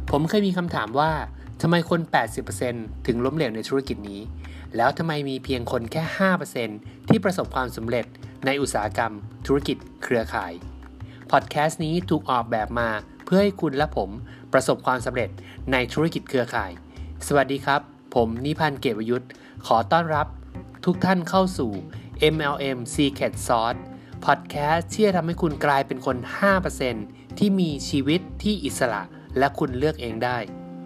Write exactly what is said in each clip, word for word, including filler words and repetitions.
ผมเคยมีคำถามว่าทำไมคน แปดสิบเปอร์เซ็นต์ ถึงล้มเหลวในธุรกิจนี้แล้วทำไมมีเพียงคนแค่ ห้าเปอร์เซ็นต์ ที่ประสบความสำเร็จในอุตสาหกรรมธุรกิจเครือข่ายพอดแคสต์นี้ถูกออกแบบมาเพื่อให้คุณและผมประสบความสำเร็จในธุรกิจเครือข่ายสวัสดีครับผมนิพันธ์เกตวยุทธขอต้อนรับทุกท่านเข้าสู่ เอ็ม แอล เอ็ม Secret Sauce พอดแคสต์ที่จะทำให้คุณกลายเป็นคน ห้าเปอร์เซ็นต์ ที่มีชีวิตที่อิสระและคุณเลือกเองได้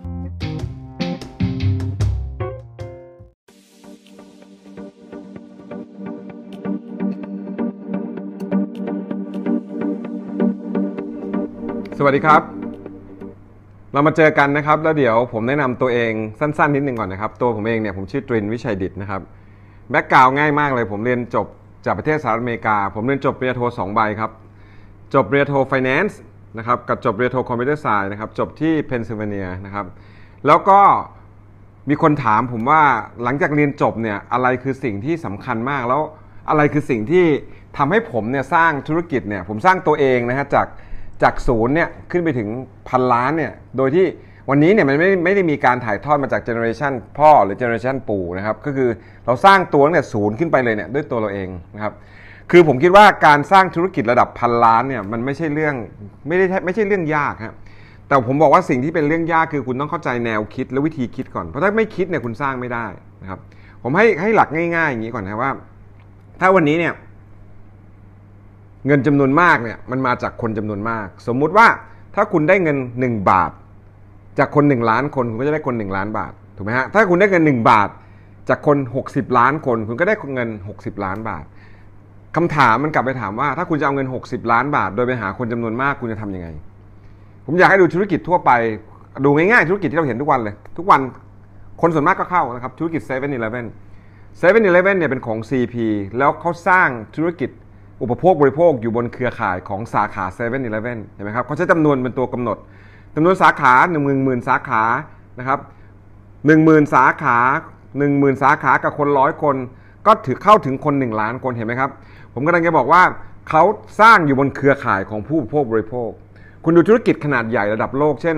สวัสดีครับเรามาเจอกันนะครับแล้วเดี๋ยวผมแนะนำตัวเองสั้นๆนิดนึงก่อนนะครับตัวผมเองเนี่ยผมชื่อตรินวิชัยดิษฐ์นะครับแบ็คกราวด์ง่ายมากเลยผมเรียนจบจากประเทศสหรัฐอเมริกาผมเรียนจบปริญญาโทสองใบครับจบปริญญาโท Finance นะครับกับจบปริญญาโท Computer Science นะครับจบที่เพนซิลเวเนียนะครับแล้วก็มีคนถามผมว่าหลังจากเรียนจบเนี่ยอะไรคือสิ่งที่สำคัญมากแล้วอะไรคือสิ่งที่ทำให้ผมเนี่ยสร้างธุรกิจเนี่ยผมสร้างตัวเองนะฮะจากจากศูนย์เนี่ยขึ้นไปถึงพันล้านเนี่ยโดยที่วันนี้เนี่ยมันไม่ไม่ได้มีการถ่ายทอดมาจากเจเนอเรชันพ่อหรือเจเนอเรชันปู่นะครับก็คือเราสร้างตัวตั้งแต่ศูนย์ขึ้นไปเลยเนี่ยด้วยตัวเราเองนะครับคือผมคิดว่าการสร้างธุรกิจระดับพันล้านเนี่ยมันไม่ใช่เรื่องไม่ได้ไม่ใช่เรื่องยากครับแต่ผมบอกว่าสิ่งที่เป็นเรื่องยากคือคุณต้องเข้าใจแนวคิดและวิธีคิดก่อนเพราะถ้าไม่คิดเนี่ยคุณสร้างไม่ได้นะครับผมให้ให้หลักง่ายๆอย่างนี้ก่อนนะว่าถ้าวันนี้เนี่ยเงินจำนวนมากเนี่ยมันมาจากคนจำนวนมากสมมุติว่าถ้าคุณได้เงินหนึ่งบาทจากคนหนึ่งล้านคนคุณก็จะได้คนหนึ่งล้านบาทถูกไหมฮะถ้าคุณได้เงินหนึ่งบาทจากคนหกสิบล้านคนคุณก็ได้เงินหกสิบล้านบาทคำถามมันกลับไปถามว่าถ้าคุณจะเอาเงินหกสิบล้านบาทโดยไปหาคนจำนวนมากคุณจะทำยังไงผมอยากให้ดูธุรกิจทั่วไปดูง่ายๆธุรกิจที่เราเห็นทุกวันเลยทุกวันคนส่วนมากก็เข้านะครับธุรกิจ เซเว่น อีเลฟเว่น เซเว่น อีเลฟเว่น เนี่ยเป็นของ ซี พี แล้วเขาสร้างธุรกิจอุปโภคบริโภคอยู่บนเครือข่ายของสาขา เซเว่น อีเลฟเว่น เห็นไหมครับเขาใช้จำนวนเป็นตัวกำหนดจำนวนสาขา หนึ่งหมื่น สาขานะครับ หนึ่งหมื่น สาขา หนึ่งหมื่น สาขากับคนร้อยคนก็ถือเข้าถึงคนหนึ่งล้านคนเห็นไหมครับผมกำลังจะบอกว่าเขาสร้างอยู่บนเครือข่ายของผู้อุปโภคบริโภคคุณดูธุรกิจขนาดใหญ่ระดับโลกเช่น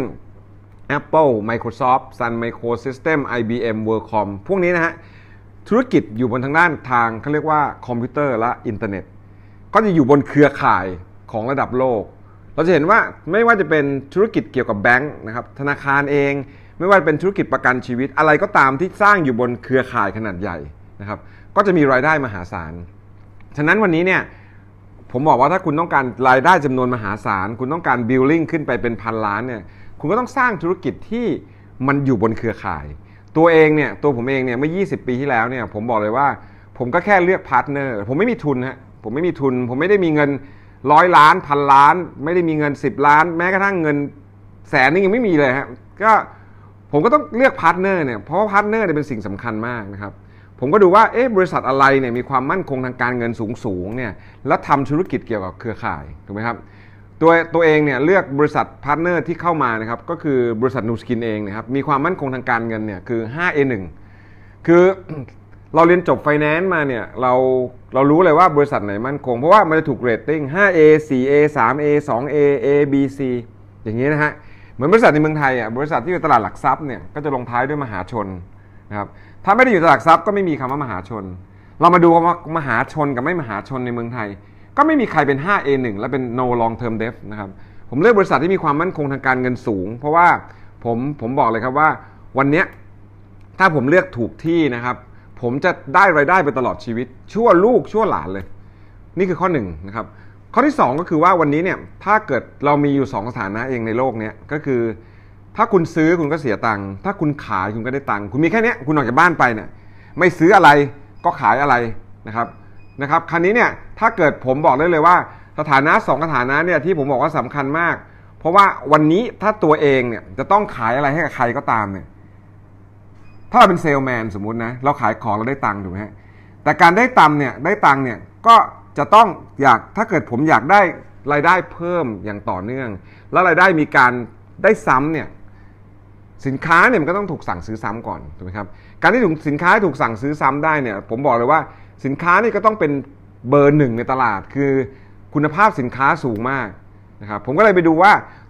Apple Microsoft Sun Microsystems ไอ บี เอ็ม WorldCom พวกนี้นะฮะธุรกิจอยู่บนทางด้านทางเขาเรียกว่าคอมพิวเตอร์และอินเทอร์เน็ตก็จะอยู่บนเครือข่ายของระดับโลกเราจะเห็นว่าไม่ว่าจะเป็นธุรกิจเกี่ยวกับแบงค์นะครับธนาคารเองไม่ว่าเป็นธุรกิจประกันชีวิตอะไรก็ตามที่สร้างอยู่บนเครือข่ายขนาดใหญ่นะครับก็จะมีรายได้มหาศาลฉะนั้นวันนี้เนี่ยผมบอกว่าถ้าคุณต้องการรายได้จำนวนมหาศาลคุณต้องการ building ขึ้นไปเป็นพันล้านเนี่ยคุณก็ต้องสร้างธุรกิจที่มันอยู่บนเครือข่ายตัวเองเนี่ยตัวผมเองเนี่ยเมื่อยี่สิบปีที่แล้วเนี่ยผมบอกเลยว่าผมก็แค่เลือกพาร์ทเนอร์ผมไม่มีทุนฮะผมไม่มีทุนผมไม่ได้มีเงินร้อยล้านพันล้านไม่ได้มีเงินสิบล้านแม้กระทั่งเงินแสนนึงยังไม่มีเลยฮะก็ผมก็ต้องเลือกพาร์ทเนอร์เนี่ยเพราะว่าพาร์ทเนอร์เนี่ยเป็นสิ่งสำคัญมากนะครับผมก็ดูว่าเอ๊ะบริษัทอะไรเนี่ยมีความมั่นคงทางการเงินสูงๆเนี่ยแล้วทำธุรกิจเกี่ยวกับเครือข่ายถูกไหมครับตัวตัวเองเนี่ยเลือกบริษัทพาร์ทเนอร์ที่เข้ามานะครับก็คือบริษัทนูสกินเองนะครับมีความมั่นคงทางการเงินเนี่ยคือ ห้า เอ หนึ่ง คือเราเรียนจบไฟแนนซ์มาเนี่ยเราเรารู้เลยว่าบริษัทไหนมั่นคงเพราะว่ามันจะถูกเรตติ้ง ห้า เอ สี่ เอ สาม เอ สอง เอ A B C อย่างนี้นะฮะเหมือนบริษัทในเมืองไทยอ่ะบริษัทที่อยู่ตลาดหลักทรัพย์เนี่ยก็จะลงท้ายด้วยมหาชนนะครับถ้าไม่ได้อยู่ตลาดหลักทรัพย์ก็ไม่มีคำว่ามหาชนเรามาดูว่ามหาชนกับไม่มหาชนในเมืองไทยก็ไม่มีใครเป็น ห้า เอ หนึ่ง และเป็น no long term debt นะครับผมเลือกบริษัทที่มีความมั่นคงทางการเงินสูงเพราะว่าผมผมบอกเลยครับว่าวันนี้ถ้าผมเลือกถูกที่นะครับผมจะได้รายได้ไปตลอดชีวิตชั่วลูกชั่วหลานเลยนี่คือข้อหนึ่งนะครับข้อที่สองก็คือว่าวันนี้เนี่ยถ้าเกิดเรามีอยู่สองสถานะเองในโลกนี้ก็คือถ้าคุณซื้อคุณก็เสียตังค์ถ้าคุณขายคุณก็ได้ตังค์คุณมีแค่นี้คุณออกจากบ้านไปเนี่ยไม่ซื้ออะไรก็ขายอะไรนะครับนะครับคราวนี้เนี่ยถ้าเกิดผมบอกได้เลยว่าสถานะสองสถานะเนี่ยที่ผมบอกว่าสำคัญมากเพราะว่าวันนี้ถ้าตัวเองเนี่ยจะต้องขายอะไรให้กับใครก็ตามเนี่ยถ้าเราเป็นเซลแมนสมมุตินะเราขายของเราได้ตังค์ถูกไหมฮะแต่การได้ตังค์เนี่ยได้ตังค์เนี่ยก็จะต้องอยากถ้าเกิดผมอยากได้รายได้เพิ่มอย่างต่อเนื่องแล้วรายได้มีการได้ซ้ำเนี่ยสินค้าเนี่ยมันก็ต้องถูกสั่งซื้อซ้ำก่อนถูกไหมครับการที่ถูกสินค้าถูกสั่งซื้อซ้ำได้เนี่ยผมบอกเลยว่าสินค้านี่ก็ต้องเป็นเบอร์หนึ่งในตลาดคือคุณภาพสินค้าสูงมากนะครับผมก็เลยไปดูว่า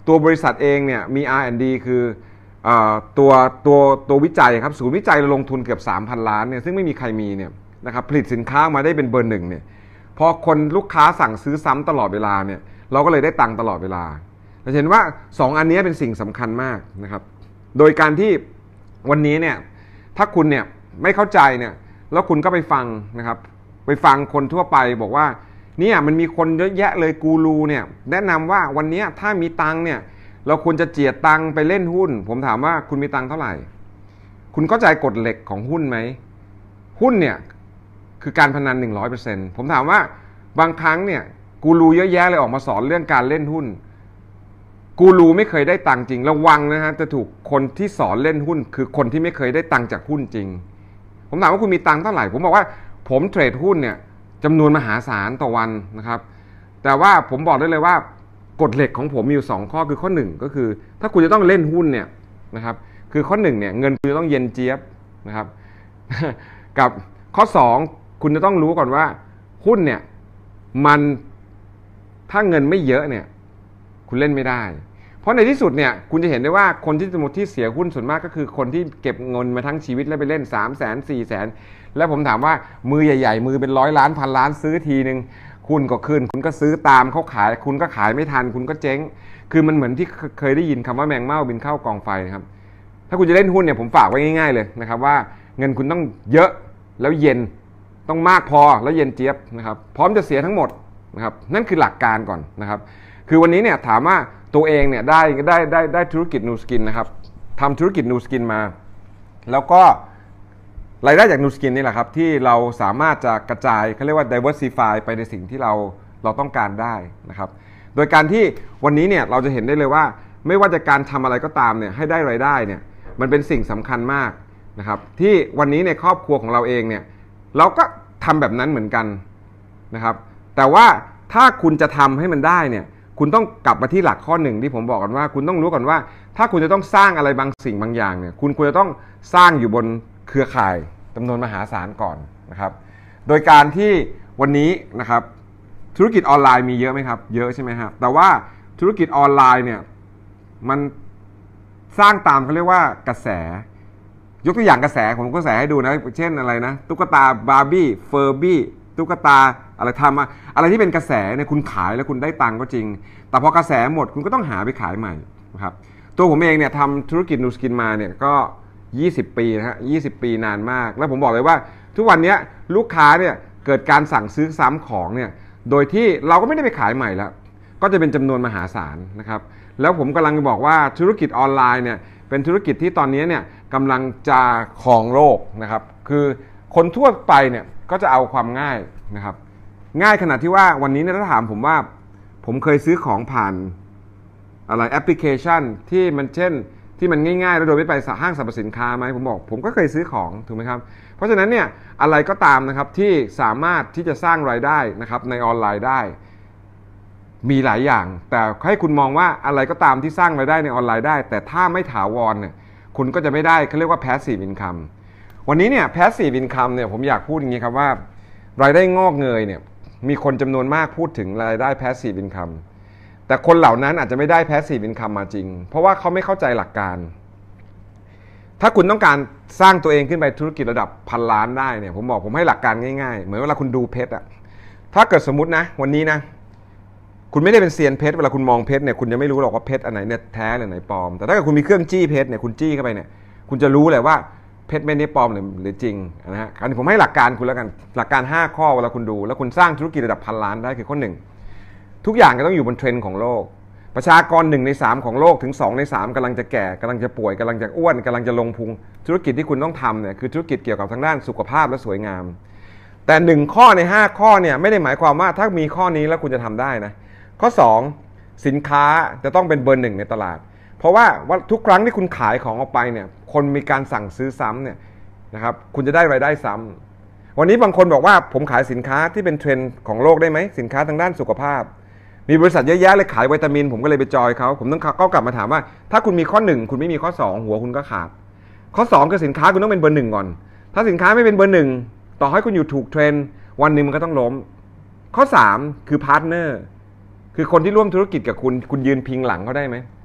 ตัวบริษัทเองเนี่ยมี อาร์ แอนด์ ดี คืออตัวตัวตัววิจัยครับศูนย์วิจัยเราลงทุนเกือบ สามพัน ล้านเนี่ยซึ่งไม่มีใครมีเนี่ยนะครับผลิตสินค้ามาได้เป็นเบอร์หนึ่งเนี่ยพอคนลูกค้าสั่งซื้อซ้ำตลอดเวลาเนี่ยเราก็เลยได้ตังค์ตลอดเวลาเราเห็นว่าสองอันนี้เป็นสิ่งสำคัญมากนะครับโดยการที่วันนี้เนี่ยถ้าคุณเนี่ยไม่เข้าใจเนี่ยแล้วคุณก็ไปฟังนะครับไปฟังคนทั่วไปบอกว่าเนี่ยมันมีคนเยอะแยะเลยกูรูเนี่ยแนะนำว่าวันนี้ถ้ามีตังค์เนี่ยเราควรจะเจียดตังค์ไปเล่นหุ้นผมถามว่าคุณมีตังค์เท่าไหร่คุณเข้าใจกฎเหล็กของหุ้นไหมหุ้นเนี่ยคือการพนัน หนึ่งร้อยเปอร์เซ็นต์ ผมถามว่าบางครั้งเนี่ยกูรูเยอะแยะเลยออกมาสอนเรื่องการเล่นหุ้นกูรูไม่เคยได้ตังค์จริงระวังนะฮะจะถูกคนที่สอนเล่นหุ้นคือคนที่ไม่เคยได้ตังค์จากหุ้นจริงผมถามว่าคุณมีตังค์เท่าไหร่ผมบอกว่าผมเทรดหุ้นเนี่ยจำนวนมหาศาลต่อวันนะครับแต่ว่าผมบอกได้เลยว่ากฎเหล็กของผมมีอยู่สองข้อคือข้อหนึ่งก็คือถ้าคุณจะต้องเล่นหุ้นเนี่ยนะครับคือข้อหนึ่งเนี่ยเงินคุณจะต้องเย็นเจี๊ยบนะครับกับข้อสองคุณจะต้องรู้ก่อนว่าหุ้นเนี่ยมันถ้าเงินไม่เยอะเนี่ยคุณเล่นไม่ได้เพราะในที่สุดเนี่ยคุณจะเห็นได้ว่าคนที่สมมติที่เสียหุ้นส่วนมากก็คือคนที่เก็บเงินมาทั้งชีวิตแล้วไปเล่นสามแสนสี่แสนแล้วผมถามว่ามือใหญ่ๆมือเป็นร้อยล้านพันล้านซื้อทีนึงคุณก็ขึ้นคุณก็ซื้อตามเขาขายคุณก็ขายไม่ทันคุณก็เจ๊งคือมันเหมือนที่เคยได้ยินคำว่าแมงเม่าบินเข้ากองไฟนะครับถ้าคุณจะเล่นหุ้นเนี่ยผมฝากไว้ง่ายๆเลยนะครับว่าเงินคุณต้องเยอะแล้วเย็นต้องมากพอแล้วเย็นเจี๊ยบนะครับพร้อมจะเสียทั้งหมดนะครับนั่นคือหลักการก่อนนะครับคือวันนี้เนี่ยถามว่าตัวเองเนี่ยได้ได้ได้ได้ธุรกิจ Nu Skin นะครับทำธุรกิจ Nu Skin มาแล้วก็รายได้จาก Nu Skin นี่แหละครับที่เราสามารถจะกระจายเขาเรียกว่า diversify ไปในสิ่งที่เราเราต้องการได้นะครับโดยการที่วันนี้เนี่ยเราจะเห็นได้เลยว่าไม่ว่าจะการทำอะไรก็ตามเนี่ยให้ได้รายได้เนี่ยมันเป็นสิ่งสำคัญมากนะครับที่วันนี้ในครอบครัวของเราเองเนี่ยเราก็ทำแบบนั้นเหมือนกันนะครับแต่ว่าถ้าคุณจะทำให้มันได้เนี่ยคุณต้องกลับมาที่หลักข้อหนึ่งที่ผมบอกกันว่าคุณต้องรู้ก่อนว่าถ้าคุณจะต้องสร้างอะไรบางสิ่งบางอย่างเนี่ยคุณควรจะต้องสร้างอยู่บนเครือข่ายจำนวนมหาศาลก่อนนะครับโดยการที่วันนี้นะครับธุรกิจออนไลน์มีเยอะไหมครับเยอะใช่ไหมครับแต่ว่าธุรกิจออนไลน์เนี่ยมันสร้างตามเขาเรียกว่ากระแสยกตัวอย่างกระแสผมก็กระแสให้ดูนะเช่นอะไรนะตุ๊กตาบาร์บี้เฟอร์บี้ตุ๊กตาอะไรทำมาอะไรที่เป็นกระแสเนี่ยคุณขายแล้วคุณได้ตังค์ก็จริงแต่พอกระแสหมดคุณก็ต้องหาไปขายใหม่นะครับตัวผมเองเนี่ยทำธุรกิจ Nu Skin มาเนี่ยก็ยี่สิบปีนะฮะยี่สิบปีนานมากแล้วผมบอกเลยว่าทุกวันนี้ลูกค้าเนี่ยเกิดการสั่งซื้อซ้ำของเนี่ยโดยที่เราก็ไม่ได้ไปขายใหม่แล้วก็จะเป็นจำนวนมหาศาลนะครับแล้วผมกำลังจะบอกว่าธุรกิจออนไลน์เนี่ยเป็นธุรกิจที่ตอนนี้เนี่ยกำลังจะครองโลกนะครับคือคนทั่วไปเนี่ยก็จะเอาความง่ายนะครับง่ายขนาดที่ว่าวันนี้เนี่ยถ้าถามผมว่าผมเคยซื้อของผ่านอะไรแอปพลิเคชันที่มันเช่นที่มันง่ายๆแล้วโดยไม่ไปห้างสรรพสินค้าไหมผมบอกผมก็เคยซื้อของถูกไหมครับเพราะฉะนั้นเนี่ยอะไรก็ตามนะครับที่สามารถที่จะสร้างรายได้นะครับในออนไลน์ได้มีหลายอย่างแต่ให้คุณมองว่าอะไรก็ตามที่สร้างรายได้ในออนไลน์ได้แต่ถ้าไม่ถาวรเนี่ยคุณก็จะไม่ได้เขาเรียกว่า passive income วันนี้เนี่ย passive income เนี่ยผมอยากพูดอย่างนี้ครับว่ารายได้งอกเงยเนี่ยมีคนจำนวนมากพูดถึงรายได้ passive income แต่คนเหล่านั้นอาจจะไม่ได้ passive income มาจริงเพราะว่าเขาไม่เข้าใจหลักการถ้าคุณต้องการสร้างตัวเองขึ้นไปธุรกิจระดับพันล้านได้เนี่ยผมบอกผมให้หลักการง่ายๆเหมือนเวลาคุณดูเพชรอะถ้าเกิดสมมตินะวันนี้นะคุณไม่ได้เป็นเซียนเพชรเวลาคุณมองเพชรเนี่ยคุณจะไม่รู้หรอกว่าเพชรอันไหนเนี่ยแท้หรือไหนปลอมแต่ถ้าเกิดคุณมีเครื่องจี้เพชรเนี่ยคุณจี้เข้าไปเนี่ยคุณจะรู้เลยว่าเพชรเม็ดนี้ปลอมหรือหรือจริงนะฮะอันนี้ผมให้หลักการคุณแล้วกันหลักการห้าข้อเวลาคุณดูแล้วคุณสร้างธุรกิจระดับพันล้านได้คือข้อหนึ่งทุกอย่างก็ต้องอยู่บนเทรนด์ของโลกประชากรหนึ่งในสามของโลกถึงสองในสามกำลังจะแก่กำลังจะป่วยกำลังจะอ้วนกำลังจะลงพุงธุรกิจที่คุณต้องทำเนี่ยคือธุรกิจเกี่ยวกับทางด้านสุขภาพและสวยงามแต่หนึ่งข้อในห้าข้อเนี่ยไม่ได้หมายความว่าถ้ามีข้อนี้แล้วคุณจะทำได้นะข้อสองสินค้าจะต้องเป็นเบอร์หนึ่งในตลาดเพราะว่าทุกครั้งที่คุณขายของออกไปเนี่ยคนมีการสั่งซื้อซ้ำเนี่ยนะครับคุณจะได้รายได้ซ้ำวันนี้บางคนบอกว่าผมขายสินค้าที่เป็นเทรนด์ของโลกได้ไหมสินค้าทางด้านสุขภาพมีบริษัทเยอะแยะเลยขายวิตามินผมก็เลยไปจอยเขาผมต้องก็กลับมาถามว่าถ้าคุณมีข้อหนึ่งคุณไม่มีข้อสองหัวคุณก็ขาดข้อสองคือสินค้าคุณต้องเป็นเบอร์หนึ่งก่อนถ้าสินค้าไม่เป็นเบอร์หนึ่งต่อให้คุณอยู่ถูกเทรนด์วันหนึ่งมันก็ต้องล้มข้อสามคือพาร์ทเนอร์คือคนที่ร่วมธุรกิจกับคุณคุณยืนพิงหลังเขาได้ไหม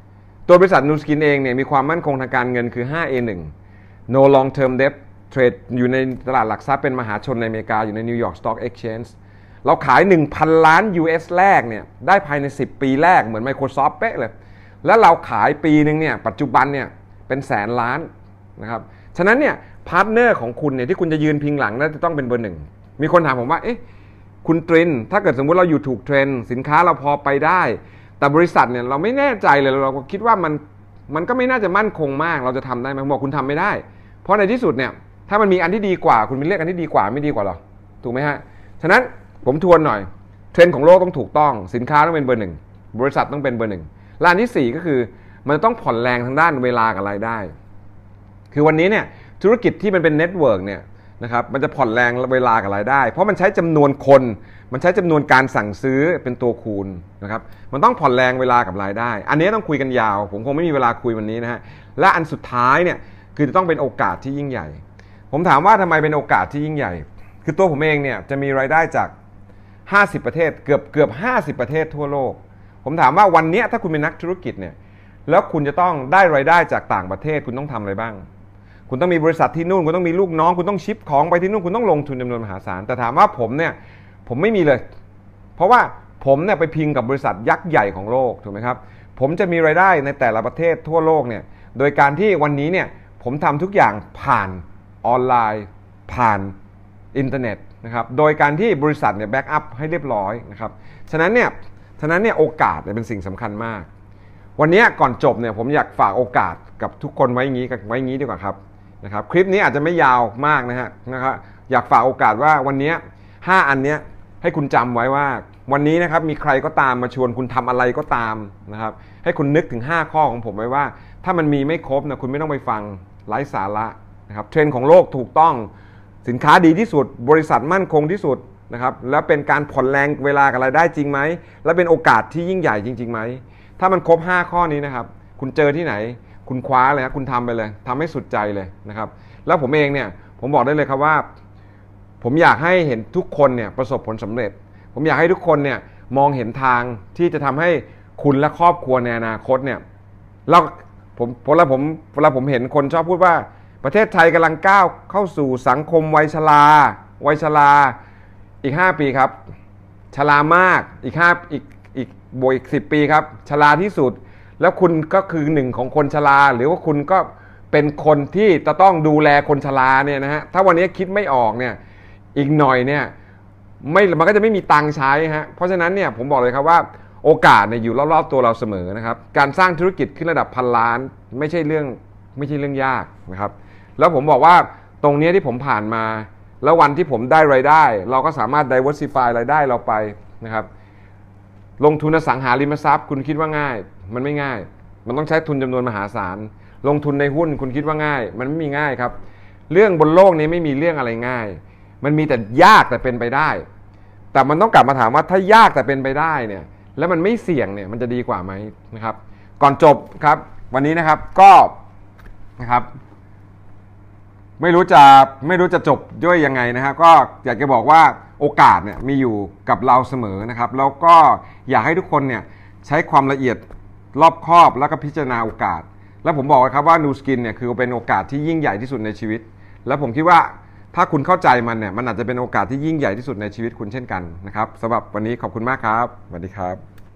ตัวบริษัท Nu Skin เองเนี่ยมีความมั่นคงทางการเงินคือ ห้า เอ หนึ่ง No Long Term Debt Trade อยู่ในตลาดหลักทรัพย์เป็นมหาชนในอเมริกาอยู่ใน New York Stock Exchange เราขาย หนึ่งพัน ล้าน ยู เอส แรกเนี่ยได้ภายในสิบปีแรกเหมือน Microsoft เป๊ะเลยแล้วเราขายปีนึงเนี่ยปัจจุบันเนี่ยเป็นแสนล้านนะครับฉะนั้นเนี่ยพาร์ทเนอร์ของคุณเนี่ยที่คุณจะยืนพิงหลังน่าจะต้องเป็นเบอร์หนึ่งมีคนถามผมว่าเอ๊ะคุณตรินถ้าเกิดสมมุติเราอยู่ถูกเทรนด์สินค้าเราพอไปได้แต่บริษัทเนี่ยเราไม่แน่ใจเลยเราก็คิดว่ามันมันก็ไม่น่าจะมั่นคงมากเราจะทำได้ไหมผมบอกคุณทำไม่ได้เพราะในที่สุดเนี่ยถ้ามันมีอันที่ดีกว่าคุณไปเลือกอันที่ดีกว่าไม่ดีกว่าหรอถูกไหมฮะฉะนั้นผมทวนหน่อยเทรนด์ของโลกต้องถูกต้องสินค้าต้องเป็นเบอร์หนึ่งบริษัทต้องเป็นเบอร์หนึ่งและอันที่สี่ก็คือมันต้องผ่อนแรงทางด้านเวลากับรายได้คือวันนี้เนี่ยธุรกิจที่มันเป็นเน็ตเวิร์กเนี่ยนะครับมันจะผ่อนแรงเวลากับรายได้เพราะมันใช้จำนวนคนมันใช้จำนวนการสั่งซื้อเป็นตัวคูณนะครับมันต้องผ่อนแรงเวลากับรายได้อันนี้ต้องคุยกันยาวผมคงไม่มีเวลาคุยวันนี้นะฮะและอันสุดท้ายเนี่ยคือจะต้องเป็นโอกาสที่ยิ่งใหญ่ผมถามว่าทำไมเป็นโอกาสที่ยิ่งใหญ่คือตัวผมเองเนี่ยจะมีรายได้จากห้าสิบประเทศเกือบเกือบห้าสิบประเทศทั่วโลกผมถามว่าวันนี้ถ้าคุณเป็นนักธุรกิจเนี่ยแล้วคุณจะต้องได้รายได้จากต่างประเทศคุณต้องทำอะไรบ้างคุณต้องมีบริษัทที่นู่นคุณต้องมีลูกน้องคุณต้องชิปของไปที่นู่นคุณต้องลงทุนจำนวนมหาศาลแต่ถามว่าผมเนี่ยผมไม่มีเลยเพราะว่าผมเนี่ยไปพิงกับบริษัทยักษ์ใหญ่ของโลกถูกไหมครับผมจะมีรายได้ในแต่ละประเทศทั่วโลกเนี่ยโดยการที่วันนี้เนี่ยผมทำทุกอย่างผ่านออนไลน์ผ่านอินเทอร์เน็ตนะครับโดยการที่บริษัทเนี่ยแบ็กอัพให้เรียบร้อยนะครับฉะนั้นเนี่ยฉะนั้นเนี่ยโอกาสเนี่ยเป็นสิ่งสำคัญมากวันนี้ก่อนจบเนี่ยผมอยากฝากโอกาสกับทุกคนไว้งี้ไว้งี้ดีกว่าครับนะครับคลิปนี้อาจจะไม่ยาวมากนะฮะนะครับอยากฝากโอกาสว่าวันนี้ห้าอันเนี้ยให้คุณจำไว้ว่าวันนี้นะครับมีใครก็ตามมาชวนคุณทำอะไรก็ตามนะครับให้คุณนึกถึงห้าข้อของผมไว้ว่าถ้ามันมีไม่ครบนะคุณไม่ต้องไปฟังไร้สาระนะครับเทรนด์ของโลกถูกต้องสินค้าดีที่สุดบริษัทมั่นคงที่สุดนะครับแล้วเป็นการผ่อนแรงเวลากับรายได้จริงไหมและเป็นโอกาสที่ยิ่งใหญ่จริงๆไหมถ้ามันครบห้าข้อนี้นะครับคุณเจอที่ไหนคุณคว้าเลยครับคุณทำไปเลยทำให้สุดใจเลยนะครับแล้วผมเองเนี่ยผมบอกได้เลยครับว่าผมอยากให้เห็นทุกคนเนี่ยประสบผลสำเร็จผมอยากให้ทุกคนเนี่ยมองเห็นทางที่จะทำให้คุณและครอบครัวในอนาคตเนี่ยแล้วผมเวลาผมเวลาผมเห็นคนชอบพูดว่าประเทศไทยกำลังก้าวเข้าสู่สังคมวัยชราวัยชราอีกห้าปีครับชรามากอีกห้าอีกอีกบวกอีกสิบปีครับชราที่สุดแล้วคุณก็คือหนึ่งของคนชราหรือว่าคุณก็เป็นคนที่จะต้องดูแลคนชราเนี่ยนะฮะถ้าวันนี้คิดไม่ออกเนี่ยอีกหน่อยเนี่ยไม่มันก็จะไม่มีตังค์ใช้ฮะเพราะฉะนั้นเนี่ยผมบอกเลยครับว่าโอกาสเนี่ยอยู่รอบๆตัวเราเสมอนะครับการสร้างธุรกิจขึ้นระดับพันล้านไม่ใช่เรื่องไม่ใช่เรื่องยากนะครับแล้วผมบอกว่าตรงนี้ที่ผมผ่านมาแล้ววันที่ผมได้รายได้เราก็สามารถ diversify รายได้เราไปนะครับลงทุนอสังหาริมทรัพย์คุณคิดว่าง่ายมันไม่ง่ายมันต้องใช้ทุนจำนวนมหาศาลลงทุนในหุ้นคุณคิดว่าง่ายมันไม่มีง่ายครับเรื่องบนโลกนี้ไม่มีเรื่องอะไรง่ายมันมีแต่ยากแต่เป็นไปได้แต่มันต้องกลับมาถามว่าถ้ายากแต่เป็นไปได้เนี่ยแล้วมันไม่เสี่ยงเนี่ยมันจะดีกว่าไหมนะครับก่อนจบครับวันนี้นะครับก็นะครับไม่รู้จะไม่รู้จะจบด้วยยังไงนะฮะก็อยากจะบอกว่าโอกาสเนี่ยมีอยู่กับเราเสมอนะครับแล้วก็อยากให้ทุกคนเนี่ยใช้ความละเอียดรอบคอบแล้วก็พิจารณาโอกาสแล้วผมบอกนะครับว่า Nu Skin เนี่ยคือเป็นโอกาสที่ยิ่งใหญ่ที่สุดในชีวิตแล้วผมคิดว่าถ้าคุณเข้าใจมันเนี่ยมันอาจจะเป็นโอกาสที่ยิ่งใหญ่ที่สุดในชีวิตคุณเช่นกันนะครับสำหรับวันนี้ขอบคุณมากครับสวัสดีครับ